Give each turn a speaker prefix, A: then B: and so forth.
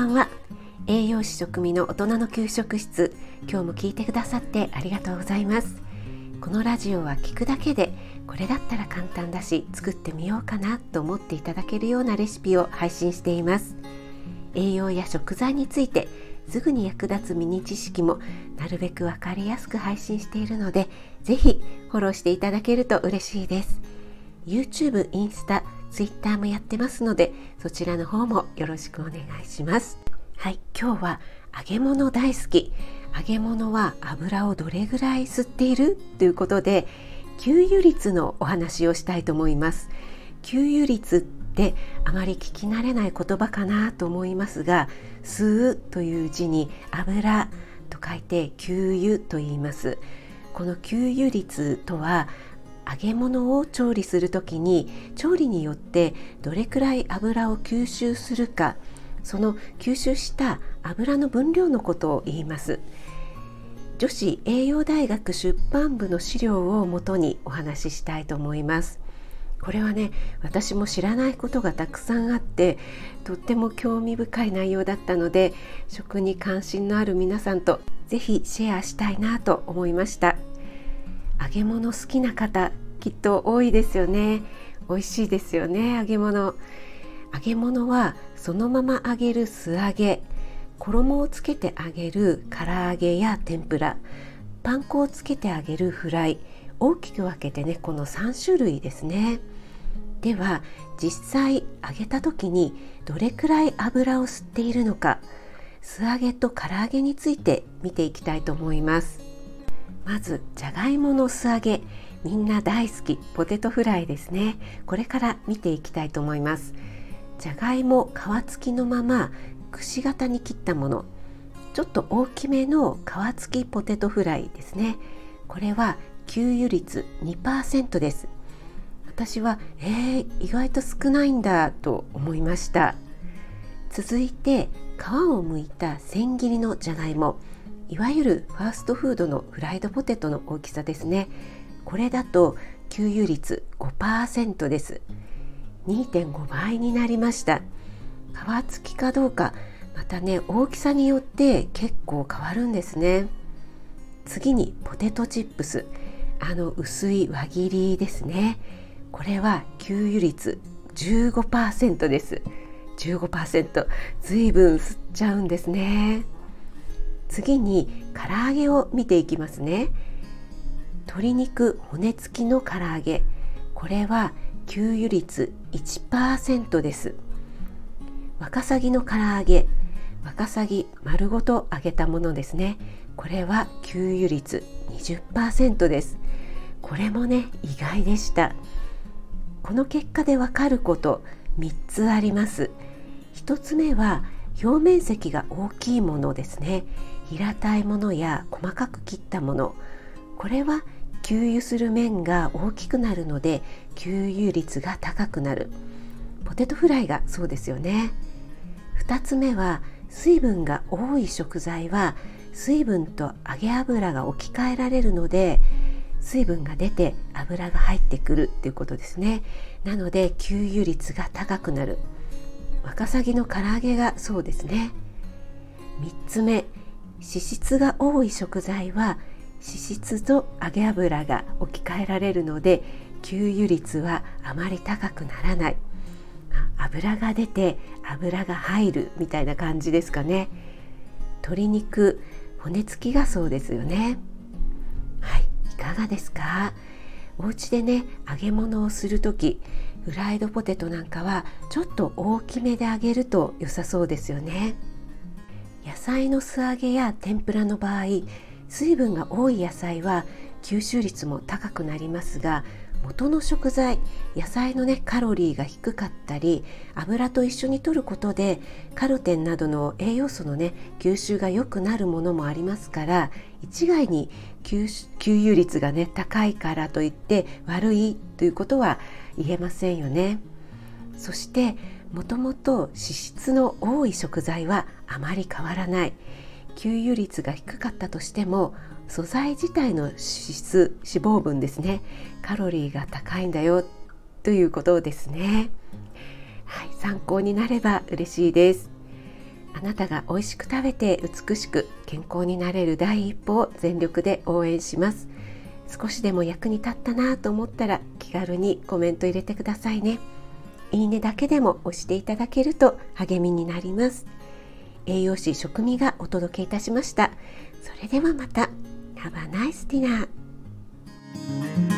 A: んは。栄養士食味の大人の給食室、今日も聞いてくださってありがとうございます。このラジオは聞くだけでこれだったら簡単だし作ってみようかなと思っていただけるようなレシピを配信しています。栄養や食材についてすぐに役立つミニ知識もなるべくわかりやすく配信しているので、ぜひフォローしていただけると嬉しいです。 YouTube、インスタ、Twitter もやってますので、そちらの方もよろしくお願いします。はい、今日は揚げ物大好き、揚げ物は油をどれぐらい吸っているということで、給油率のお話をしたいと思います。給油率ってあまり聞き慣れない言葉かなと思いますが、吸うという字に油と書いて給油と言います。この給油率とは、揚げ物を調理するときに調理によってどれくらい油を吸収するか、その吸収した油の分量のことを言います。女子栄養大学出版部の資料をもとにお話ししたいと思います。これはね、私も知らないことがたくさんあって、とっても興味深い内容だったので、食に関心のある皆さんとぜひシェアしたいなと思いました。揚げ物好きな方きっと多いですよね。美味しいですよね、揚げ物。揚げ物はそのまま揚げる素揚げ、衣をつけて揚げる唐揚げや天ぷら、パン粉をつけて揚げるフライ、大きく分けてね、この3種類ですね。では実際揚げた時にどれくらい油を吸っているのか、素揚げと唐揚げについて見ていきたいと思います。まずじゃがいもの素揚げ、みんな大好きポテトフライですね。これから見ていきたいと思います。じゃがいも皮付きのままくし形に切ったもの、ちょっと大きめの皮付きポテトフライですね。これは給油率 2% です。私は意外と少ないんだと思いました。続いて皮を剥いた千切りのじゃがいも、いわゆるファーストフードのフライドポテトの大きさですね。これだと給油率 5% です。2.5 倍になりました。皮付きかどうか、またね、大きさによって結構変わるんですね。次にポテトチップス、薄い輪切りですね。これは給油率 15% です。 15%、 ずいぶん吸っちゃうんですね。次に唐揚げを見ていきますね。鶏肉骨付きの唐揚げ、これは給油率 1% です。ワカサギの唐揚げ、ワカサギ丸ごと揚げたものですね。これは給油率 20% です。これもね、意外でした。この結果でわかること3つあります。1つ目は表面積が大きいものですね。平たいものや細かく切ったもの、これは給油する面が大きくなるので給油率が高くなる。ポテトフライがそうですよね。2つ目は水分が多い食材は水分と揚げ油が置き換えられるので、水分が出て油が入ってくるっていうことですね。なので給油率が高くなる。ワカサギの唐揚げがそうですね。3つ目、脂質が多い食材は脂質と揚げ油が置き換えられるので給油率はあまり高くならない。油が出て油が入るみたいな感じですかね。鶏肉骨付きがそうですよね。はい、いかがですか？お家でね、揚げ物をするとき、フライドポテトなんかはちょっと大きめで揚げると良さそうですよね。野菜の素揚げや天ぷらの場合、水分が多い野菜は吸収率も高くなりますが、元の食材、野菜のね、カロリーが低かったり、油と一緒に摂ることでカロテンなどの栄養素のね、吸収が良くなるものもありますから、一概に吸油率がね、高いからといって悪いということは言えませんよね。そしてもともと脂質の多い食材はあまり変わらない。給油率が低かったとしても、素材自体の脂質、脂肪分ですね、カロリーが高いんだよということですね。はい、参考になれば嬉しいです。 あなたが美味しく食べて美しく健康になれる第一歩を全力で応援します。少しでも役に立ったなと思ったら気軽にコメント入れてくださいね。いいねだけでも押していただけると励みになります。栄養士食味がお届けいたしました。それではまた。Have a nice dinner.